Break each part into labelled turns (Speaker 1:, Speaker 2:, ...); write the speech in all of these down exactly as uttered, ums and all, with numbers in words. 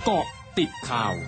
Speaker 1: กาะติดข่าว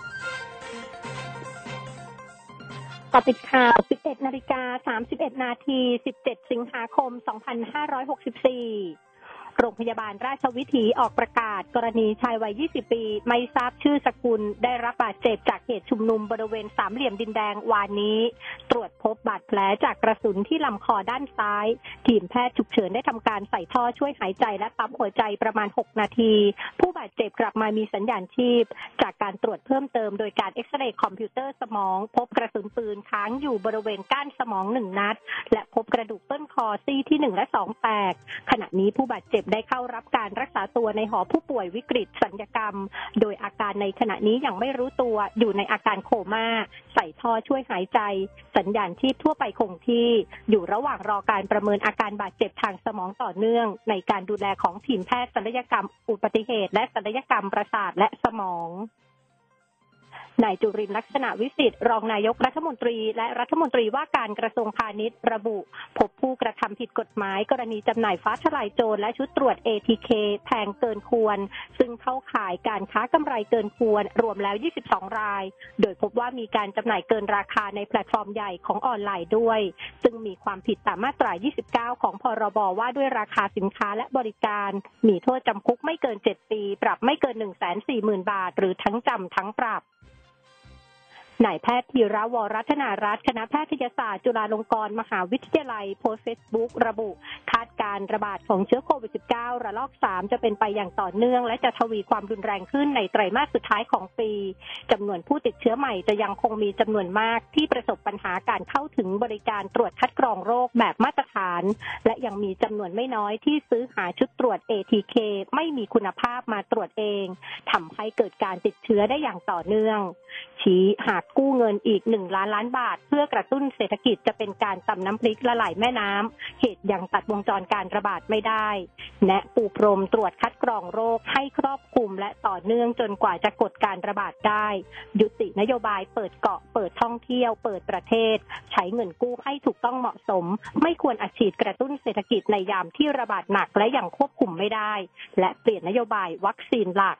Speaker 2: เกาะติดข่าว สิบเอ็ดนาฬิกาสามสิบเอ็ดนาที สิบเจ็ดสิงหาคมสองพันห้าร้อยหกสิบสี่โรงพยาบาลราชวิถีออกประกาศกรณีชายวัยยี่สิบปีไม่ทราบชื่อสกุลได้รับบาดเจ็บจากเหตุชุมนุมบริเวณสามเหลี่ยมดินแดงวานนี้ตรวจพบบาดแผลจากกระสุนที่ลำคอด้านซ้ายทีมแพทย์ฉุกเฉินได้ทำการใส่ท่อช่วยหายใจและปั๊มหัวใจประมาณหกนาทีผู้บาดเจ็บกลับมามีสัญญาณชีพจากการตรวจเพิ่มเติมโดยการเอ็กซเรย์คอมพิวเตอร์สมองพบกระสุนปืนค้างอยู่บริเวณก้านสมองหนึ่งนัดและพบกระดูกต้นคอซี่ที่หนึ่งและสองแตกขณะนี้ผู้บาดเจ็บได้เข้ารับการรักษาตัวในหอผู้ป่วยวิกฤตสัญญกรรมโดยอาการในขณะนี้ยังไม่รู้ตัวอยู่ในอาการโคม่าใส่ท่อช่วยหายใจสัญญาณชีพทั่วไปคงที่อยู่ระหว่างรอการประเมินอาการบาดเจ็บทางสมองต่อเนื่องในการดูแลของทีมแพทย์ศัลยกรรมอุบัติเหตุและศัลยกรรมประสาทและสมองนายจุรินทร์ลักษณะวิสิทธิ์รองนายกรัฐมนตรีและรัฐมนตรีว่าการกระทรวงพาณิชย์ระบุพบผู้กระทำผิดกฎหมายกรณีจำหน่ายฟ้าทลายโจรและชุดตรวจ เอ ที เค แพงเกินควรซึ่งเข้าข่ายการค้ากำไรเกินควรรวมแล้วยี่สิบสองรายโดยพบว่ามีการจำหน่ายเกินราคาในแพลตฟอร์มใหญ่ของออนไลน์ด้วยซึ่งมีความผิดตามมาตรายี่สิบเก้าของพรบว่าด้วยราคาสินค้าและบริการมีโทษจำคุกไม่เกินเจ็ดปีปรับไม่เกิน หนึ่งแสนสี่หมื่น บาทหรือทั้งจำทั้งปรับนายแพทย์ธีระวรัตนารัตน์คณะแพทยศาสตร์จุฬาลงกรณ์มหาวิทยาลัยโพสต์เฟซบุ๊กระบุคาดการณ์ระบาดของเชื้อโควิด สิบเก้า ระลอกสามจะเป็นไปอย่างต่อเนื่องและจะทวีความรุนแรงขึ้นในไตรมาสสุดท้ายของปีจำนวนผู้ติดเชื้อใหม่จะยังคงมีจำนวนมากที่ประสบปัญหาการเข้าถึงบริการตรวจคัดกรองโรคแบบมาตรฐานและยังมีจำนวนไม่น้อยที่ซื้อหาชุดตรวจ เอ ที เค ไม่มีคุณภาพมาตรวจเองทำให้เกิดการติดเชื้อได้อย่างต่อเนื่องชี้หากกู้เงินอีกหนึ่งล้านล้านบาทเพื่อกระตุ้นเศรษฐกิจจะเป็นการตำน้ำพริกละลายแม่น้ำเหตุยังตัดวงจรการระบาดไม่ได้แนะปูพรมตรวจคัดกรองโรคให้ครอบคลุมและต่อเนื่องจนกว่าจะกดการระบาดได้ยุตินโยบายเปิดเกาะเปิดท่องเที่ยวเปิดประเทศใช้เงินกู้ให้ถูกต้องเหมาะสมไม่ควรอัดฉีดกระตุ้นเศรษฐกิจในยามที่ระบาดหนักและยังควบคุมไม่ได้และเปลี่ยนนโยบายวัคซีนหลัก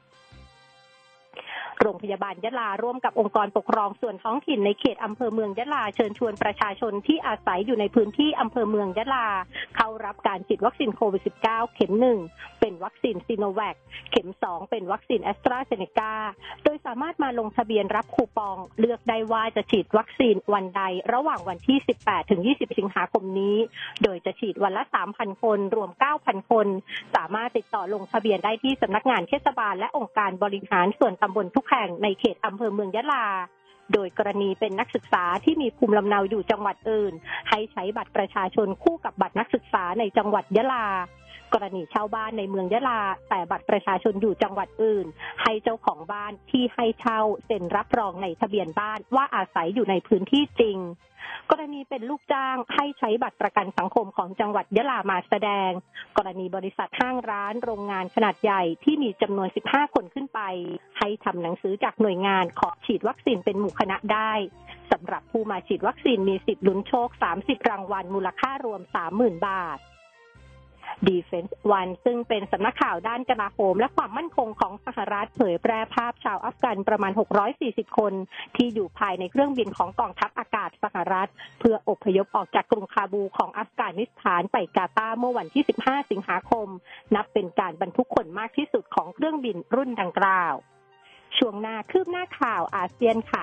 Speaker 2: โรงพยาบาลยะลาร่วมกับองค์กรปกครองส่วนท้องถิ่นในเขตอำเภอเมืองยะลาเชิญชวนประชาชนที่อาศัยอยู่ในพื้นที่อำเภอเมืองยะลาเข้ารับการฉีดวัคซีนโควิด สิบเก้า เข็มหนึ่งเป็นวัคซีนซิโนแวคเข็มสองเป็นวัคซีนแอสตราเซเนกาโดยสามารถมาลงทะเบียนรับคูปองเลือกได้ว่าจะฉีดวัคซีนวันใดระหว่างวันที่สิบแปดถึงยี่สิบสิงหาคมนี้โดยจะฉีดวันละ สามพัน คนรวม เก้าพัน คนสามารถติดต่อลงทะเบียนได้ที่สำนักงานเทศบาลและองค์การบริหารส่วนตำบลทุกแห่งในเขตอำเภอเมืองยะลาโดยกรณีเป็นนักศึกษาที่มีภูมิลำเนาอยู่จังหวัดอื่นให้ใช้บัตรประชาชนคู่กับบัตรนักศึกษาในจังหวัดยะลากรณีเช่าบ้านในเมืองยะลาแต่บัตรประชาชนอยู่จังหวัดอื่นให้เจ้าของบ้านที่ให้เช่าเซ็นรับรองในทะเบียนบ้านว่าอาศัยอยู่ในพื้นที่จริงกรณีเป็นลูกจ้างให้ใช้บัตรประกันสังคมของจังหวัดยะลามาแสดงกรณีบริษัทห้างร้านโรงงานขนาดใหญ่ที่มีจำนวนสิบห้าคนขึ้นไปให้ทำหนังสือจากหน่วยงานขอฉีดวัคซีนเป็นหมู่คณะได้สำหรับผู้มาฉีดวัคซีนมีสิทธิ์ลุ้นโชคสามสิบรางวัลมูลค่ารวม สามหมื่น บาทDefense One ซึ่งเป็นสำนักข่าวด้านกลาโหมและความมั่นคงของสหรัฐเผยแพร่ภาพชาวอัฟกันประมาณหกร้อยสี่สิบคนที่อยู่ภายในเครื่องบินของกองทัพอากาศสหรัฐเพื่ออพยพออกจากกรุงคาบูของอัฟกานิสถานไปกาตาร์เมื่อวันที่สิบห้าสิงหาคมนับเป็นการบรรทุกคนมากที่สุดของเครื่องบินรุ่นดังกล่าวช่วงหน้าคืบหน้าข่าวอาเซียนค่ะ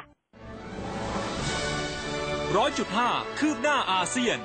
Speaker 1: ร้อยจุดห้า คืบหน้าอาเซียน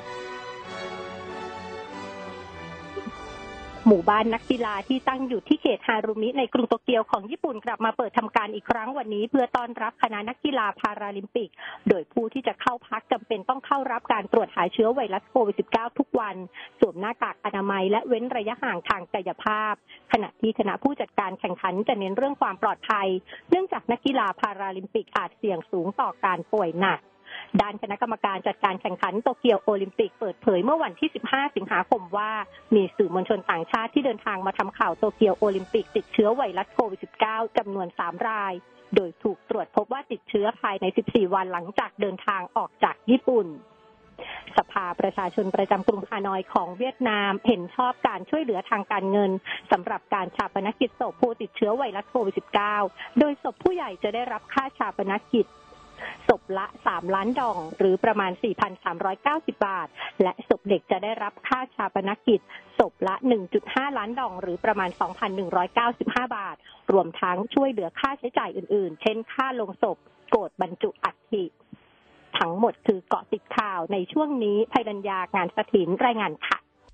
Speaker 2: หมู่บ้านนักกีฬาที่ตั้งอยู่ที่เขตฮารุมิในกรุงโตเกียวของญี่ปุ่นกลับมาเปิดทำการอีกครั้งวันนี้เพื่อต้อนรับคณะนักกีฬาพาราลิมปิกโดยผู้ที่จะเข้าพักจำเป็นต้องเข้ารับการตรวจหาเชื้อไวรัสโควิด สิบเก้า ทุกวันสวมหน้ากากอนามัยและเว้นระยะห่างทางกายภาพขณะที่คณะผู้จัดการแข่งขันจะเน้นเรื่องความปลอดภัยเนื่องจากนักกีฬาพาราลิมปิกอาจเสี่ยงสูงต่อการป่วยหนักด้านคณะกรรมการจัดการแข่งขันโตเกียวโอลิมปิกเปิดเผยเมื่อวันที่สิบห้าสิงหาคมว่ามีสื่อมวลชนต่างชาติที่เดินทางมาทำข่าวโตเกียวโอลิมปิกติดเชื้อไวรัสโควิด สิบเก้า จำนวนสามรายโดยถูกตรวจพบว่าติดเชื้อภายในสิบสี่วันหลังจากเดินทางออกจากญี่ปุ่นสภาประชาชนประจำกรุงฮานอยของเวียดนามเห็นชอบการช่วยเหลือทางการเงินสำหรับการฌาปนกิจศพผู้ติดเชื้อไวรัสโควิด สิบเก้า โดยศพผู้ใหญ่จะได้รับค่าฌาปนกิจศพละสามล้านดองหรือประมาณ สี่พันสามร้อยเก้าสิบ บาทและศพเด็กจะได้รับค่าฌาปนกิจศพละ หนึ่งจุดห้า ล้านดองหรือประมาณ สองพันหนึ่งร้อยเก้าสิบห้า บาทรวมทั้งช่วยเหลือค่าใช้จ่ายอื่นๆเช่นค่าลงศพโกฐบรรจุอัฐิทั้งหมดคือเกาะติดข่าวในช่วงนี้ภัยรัญญางานสถินรายงานค่ะ